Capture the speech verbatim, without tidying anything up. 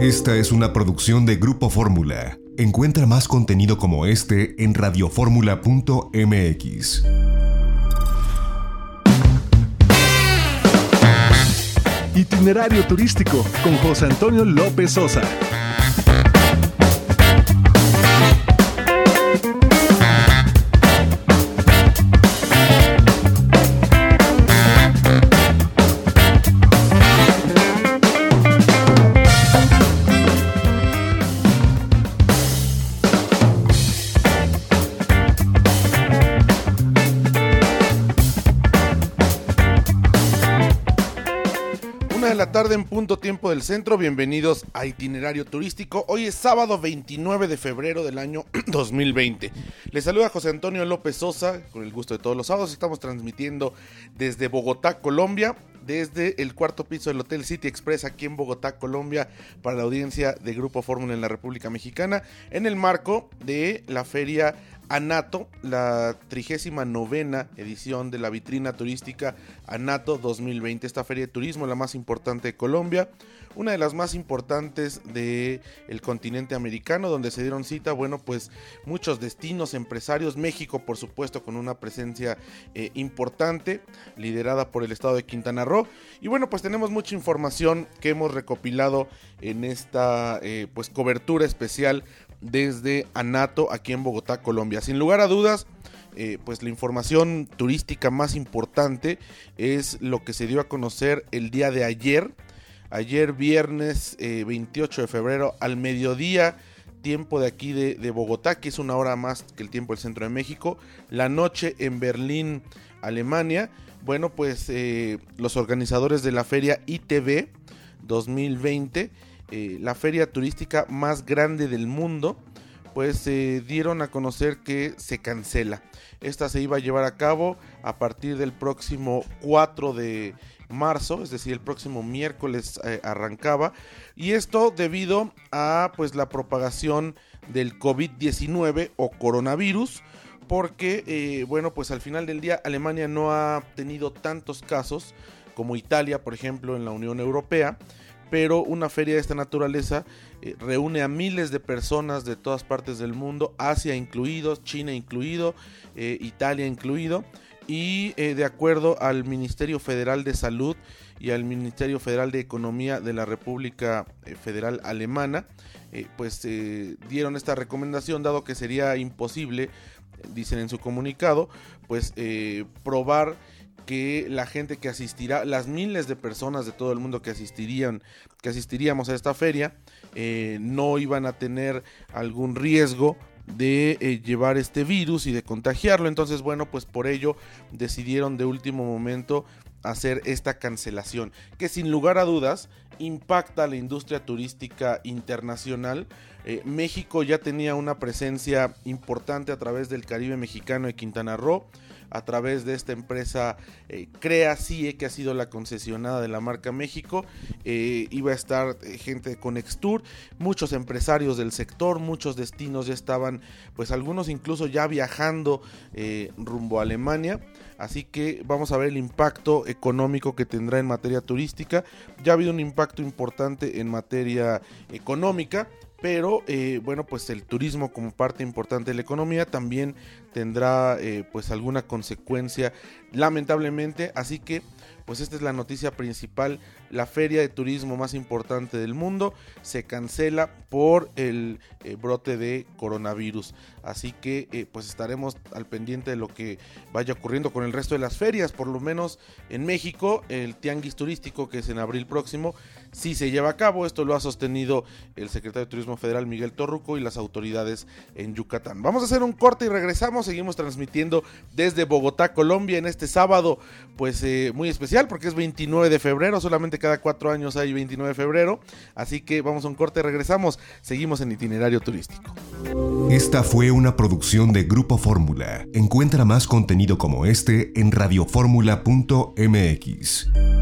Esta es una producción de Grupo Fórmula. Encuentra más contenido como este en radioformula punto m x. Itinerario turístico con José Antonio López Sosa. La tarde en punto tiempo del centro, bienvenidos a Itinerario Turístico. Hoy es sábado veintinueve de febrero del año dos mil veinte. Les saluda José Antonio López Sosa, con el gusto de todos los sábados. Estamos transmitiendo desde Bogotá, Colombia, desde el cuarto piso del Hotel City Express aquí en Bogotá, Colombia, para la audiencia de Grupo Fórmula en la República Mexicana, en el marco de la Feria Anato, la trigésima novena edición de la vitrina turística Anato dos mil veinte, esta feria de turismo, la más importante de Colombia, una de las más importantes del continente americano, donde se dieron cita, bueno, pues muchos destinos, empresarios, México, por supuesto, con una presencia eh, importante, liderada por el estado de Quintana Roo, y bueno, pues tenemos mucha información que hemos recopilado en esta eh, pues cobertura especial desde Anato aquí en Bogotá, Colombia. Sin lugar a dudas, eh, pues la información turística más importante es lo que se dio a conocer el día de ayer, ayer viernes eh, veintiocho de febrero al mediodía, tiempo de aquí de, de Bogotá, que es una hora más que el tiempo del centro de México, la noche en Berlín, Alemania. Bueno, pues eh, los organizadores de la feria I T B dos mil veinte, Eh, la feria turística más grande del mundo, pues eh, dieron a conocer que se cancela. Esta se iba a llevar a cabo a partir del próximo cuatro de marzo, es decir, el próximo miércoles eh, arrancaba, y esto debido a pues la propagación del covid diecinueve o coronavirus, porque eh, bueno, pues al final del día Alemania no ha tenido tantos casos como Italia, por ejemplo, en la Unión Europea, pero una feria de esta naturaleza eh, reúne a miles de personas de todas partes del mundo, Asia incluido, China incluido, eh, Italia incluido, y eh, de acuerdo al Ministerio Federal de Salud y al Ministerio Federal de Economía de la República eh, Federal Alemana, eh, pues eh, dieron esta recomendación, dado que sería imposible, dicen en su comunicado, pues eh, probar que la gente que asistirá, las miles de personas de todo el mundo que asistirían, que asistiríamos a esta feria, eh, no iban a tener algún riesgo de eh, llevar este virus y de contagiarlo. Entonces, bueno, pues por ello decidieron de último momento hacer esta cancelación, que sin lugar a dudas impacta a la industria turística internacional. Eh, México ya tenía una presencia importante a través del Caribe mexicano de Quintana Roo, a través de esta empresa eh, Crea C I E, que ha sido la concesionada de la marca México. Eh, iba a estar eh, gente de Conextur, muchos empresarios del sector, muchos destinos ya estaban, pues algunos incluso ya viajando eh, rumbo a Alemania. Así que vamos a ver el impacto económico que tendrá en materia turística. Ya ha habido un impacto importante en materia económica, pero eh, bueno, pues el turismo como parte importante de la economía también tendrá eh, pues alguna consecuencia, lamentablemente. Así que pues esta es la noticia principal: la feria de turismo más importante del mundo se cancela por el eh, brote de coronavirus. Así que eh, pues estaremos al pendiente de lo que vaya ocurriendo con el resto de las ferias. Por lo menos en México, el tianguis turístico, que es en abril próximo, sí se lleva a cabo. Esto lo ha sostenido el secretario de Turismo Federal, Miguel Torruco, y las autoridades en Yucatán. Vamos a hacer un corte y regresamos. Seguimos transmitiendo desde Bogotá, Colombia, en este sábado pues eh, muy especial, porque es veintinueve de febrero, solamente cada cuatro años hay veintinueve de febrero, así que vamos a un corte y regresamos. Seguimos en Itinerario Turístico. Esta fue una producción de Grupo Fórmula. Encuentra más contenido como este en radioformula punto m x.